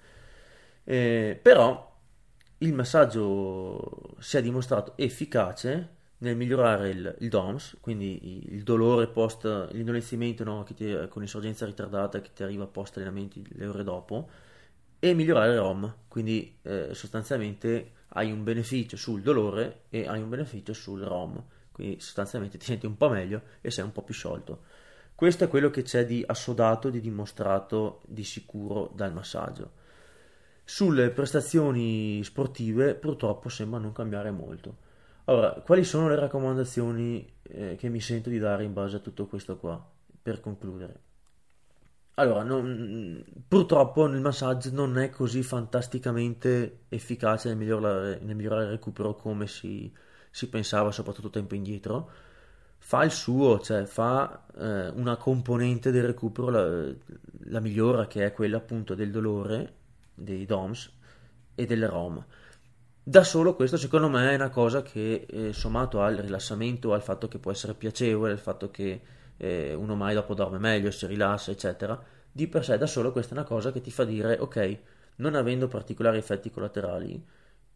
Eh, però il massaggio si è dimostrato efficace nel migliorare il, il D O M S, quindi il dolore post l'indolenzimento no, che ti- con insorgenza ritardata che ti arriva post allenamenti le ore dopo, e migliorare il ROM, quindi eh, sostanzialmente hai un beneficio sul dolore e hai un beneficio sul ROM, quindi sostanzialmente ti senti un po' meglio e sei un po' più sciolto. Questo è quello che c'è di assodato, di dimostrato, di sicuro dal massaggio. Sulle prestazioni sportive purtroppo sembra non cambiare molto. Allora, quali sono le raccomandazioni eh, che mi sento di dare in base a tutto questo qua, per concludere? Allora, non- purtroppo il massaggio non è così fantasticamente efficace nel migliorare, nel migliorare il recupero come si, si pensava, soprattutto tempo indietro. Fa il suo, cioè fa eh, una componente del recupero, la, la migliora, che è quella appunto del dolore, dei D O M S e del ROM. Da solo questo secondo me è una cosa che eh, sommato al rilassamento, al fatto che può essere piacevole, al fatto che eh, uno mai dopo dorme meglio, si rilassa, eccetera, di per sé da solo questa è una cosa che ti fa dire ok, non avendo particolari effetti collaterali,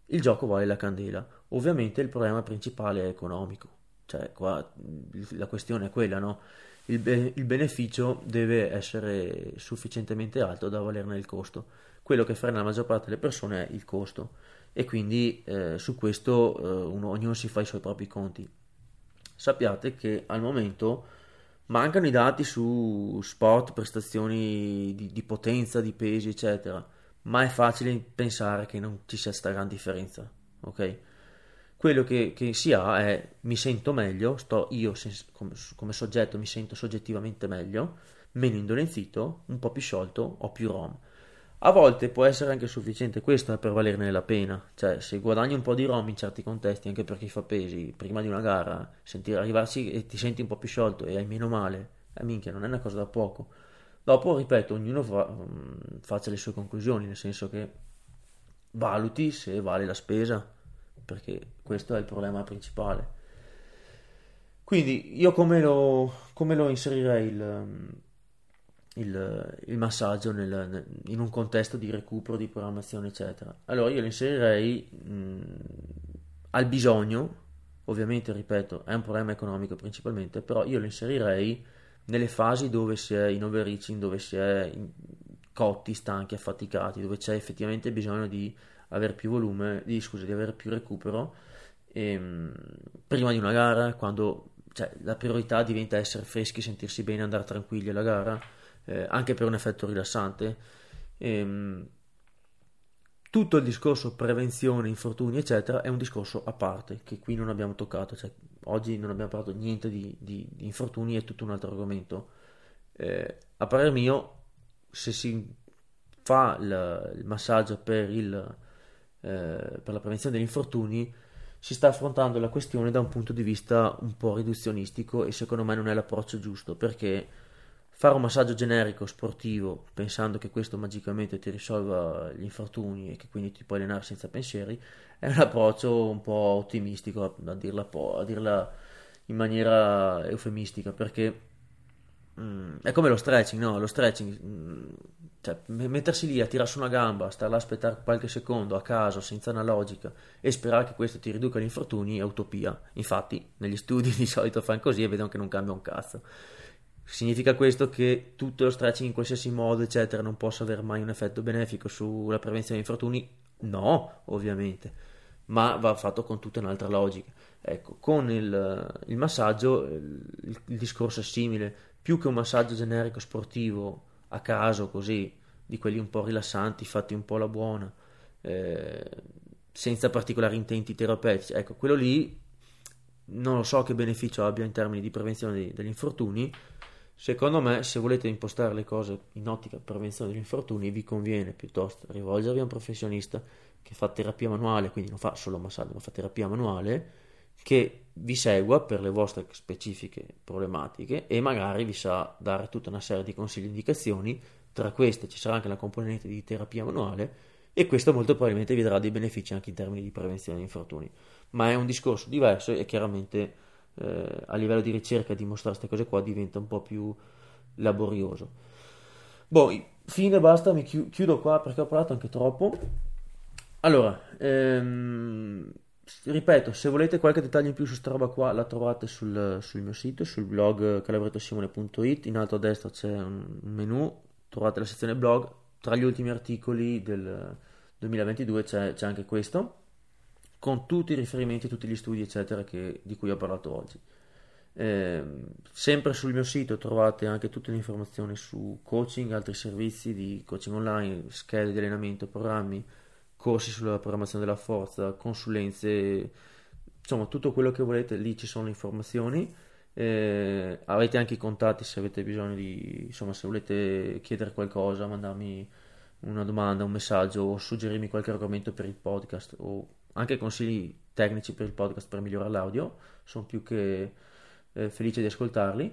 il gioco vale la candela. Ovviamente il problema principale è economico, cioè qua la questione è quella, no? Il, be- il beneficio deve essere sufficientemente alto da valerne il costo. Quello che frena la maggior parte delle persone è il costo e quindi eh, su questo eh, uno- ognuno si fa i suoi propri conti. Sappiate che al momento mancano i dati su sport, prestazioni di, di potenza, di pesi, eccetera, ma è facile pensare che non ci sia sta gran differenza, ok? Quello che, che si ha è mi sento meglio, sto io sens- come, come soggetto mi sento soggettivamente meglio, meno indolenzito, un po' più sciolto, ho più rom. A volte può essere anche sufficiente questo eh, per valerne la pena, cioè se guadagni un po' di rom in certi contesti, anche per chi fa pesi, prima di una gara, sentire arrivarsi e ti senti un po' più sciolto e hai meno male, eh, minchia, non è una cosa da poco. Dopo, ripeto, ognuno fa, mm, faccia le sue conclusioni, nel senso che valuti se vale la spesa, perché questo è il problema principale. Quindi io come lo, come lo inserirei il, il, il massaggio nel- nel- in un contesto di recupero, di programmazione, eccetera? Allora io lo inserirei mh, al bisogno, ovviamente, ripeto, è un problema economico principalmente, però io lo inserirei nelle fasi dove si è in overreaching, dove si è in- cotti, stanchi, affaticati, dove c'è effettivamente bisogno di avere più volume, di, scusa, di avere più recupero ehm, prima di una gara, quando cioè, la priorità diventa essere freschi, sentirsi bene, andare tranquilli alla gara, eh, anche per un effetto rilassante. Ehm, tutto il discorso prevenzione, infortuni, eccetera, è un discorso a parte che qui non abbiamo toccato. Cioè, oggi non abbiamo parlato niente di, di- di infortuni, è tutto un altro argomento. Eh, a parer mio, se si fa il, il massaggio per, il, eh, per la prevenzione degli infortuni, si sta affrontando la questione da un punto di vista un po' riduzionistico e secondo me non è l'approccio giusto perché fare un massaggio generico sportivo pensando che questo magicamente ti risolva gli infortuni e che quindi ti puoi allenare senza pensieri è un approccio un po' ottimistico a dirla, po- a dirla in maniera eufemistica perché mm, è come lo stretching, no? Lo stretching, mm, cioè m- mettersi lì a tirare su una gamba, stare là a aspettare qualche secondo a caso, senza una logica e sperare che questo ti riduca gli infortuni è utopia. Infatti, negli studi di solito fanno così e vedono che non cambia un cazzo. Significa questo che tutto lo stretching in qualsiasi modo, eccetera, non possa avere mai un effetto benefico sulla prevenzione di infortuni? No, ovviamente, ma va fatto con tutta un'altra logica. Ecco, con il, il massaggio il, il discorso è simile, più che un massaggio generico sportivo a caso, così, di quelli un po' rilassanti, fatti un po' alla buona, eh, senza particolari intenti terapeutici. Ecco, quello lì non lo so che beneficio abbia in termini di prevenzione dei- degli infortuni. Secondo me, se volete impostare le cose in ottica prevenzione degli infortuni, vi conviene piuttosto rivolgervi a un professionista che fa terapia manuale, quindi non fa solo massaggio, ma fa terapia manuale, che vi segua per le vostre specifiche problematiche e magari vi sa dare tutta una serie di consigli e indicazioni. Tra queste ci sarà anche la componente di terapia manuale e questo molto probabilmente vi darà dei benefici anche in termini di prevenzione di infortuni. Ma è un discorso diverso e chiaramente eh, a livello di ricerca dimostrare queste cose qua diventa un po' più laborioso. Boh, fine, basta, mi chi- chiudo qua perché ho parlato anche troppo. Allora, ehm, ripeto, se volete qualche dettaglio in più su sta roba qua, la trovate sul, sul mio sito, sul blog calabrettosimone punto it. In alto a destra c'è un un menu, trovate la sezione blog. Tra gli ultimi articoli del duemilaventidue c'è, c'è anche questo, con tutti i riferimenti, tutti gli studi, eccetera, che- di cui ho parlato oggi. Ehm, sempre sul mio sito trovate anche tutte le informazioni su coaching, altri servizi di coaching online, schede di allenamento, programmi, corsi sulla programmazione della forza, consulenze, insomma tutto quello che volete, lì ci sono le informazioni. Eh, avete anche i contatti se avete bisogno di, insomma, se volete chiedere qualcosa, mandarmi una domanda, un messaggio o suggerirmi qualche argomento per il podcast o anche consigli tecnici per il podcast per migliorare l'audio, sono più che eh, felice di ascoltarli.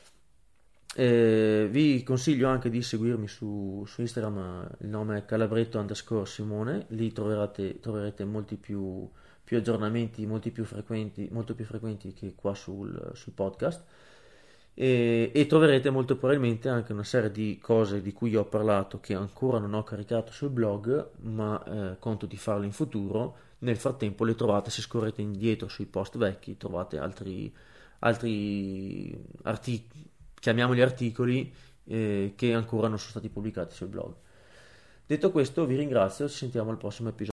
Eh, vi consiglio anche di seguirmi su, su Instagram, il nome è calabretto underscore Simone, lì troverete, troverete molti più, più aggiornamenti, molti più frequenti, molto più frequenti che qua sul, sul podcast. E, e troverete molto probabilmente anche una serie di cose di cui ho parlato che ancora non ho caricato sul blog, ma eh, conto di farlo in futuro, Nel frattempo le trovate, se scorrete indietro sui post vecchi, trovate altri, altri articoli, chiamiamoli articoli, eh, che ancora non sono stati pubblicati sul blog. Detto questo, vi ringrazio, ci sentiamo al prossimo episodio.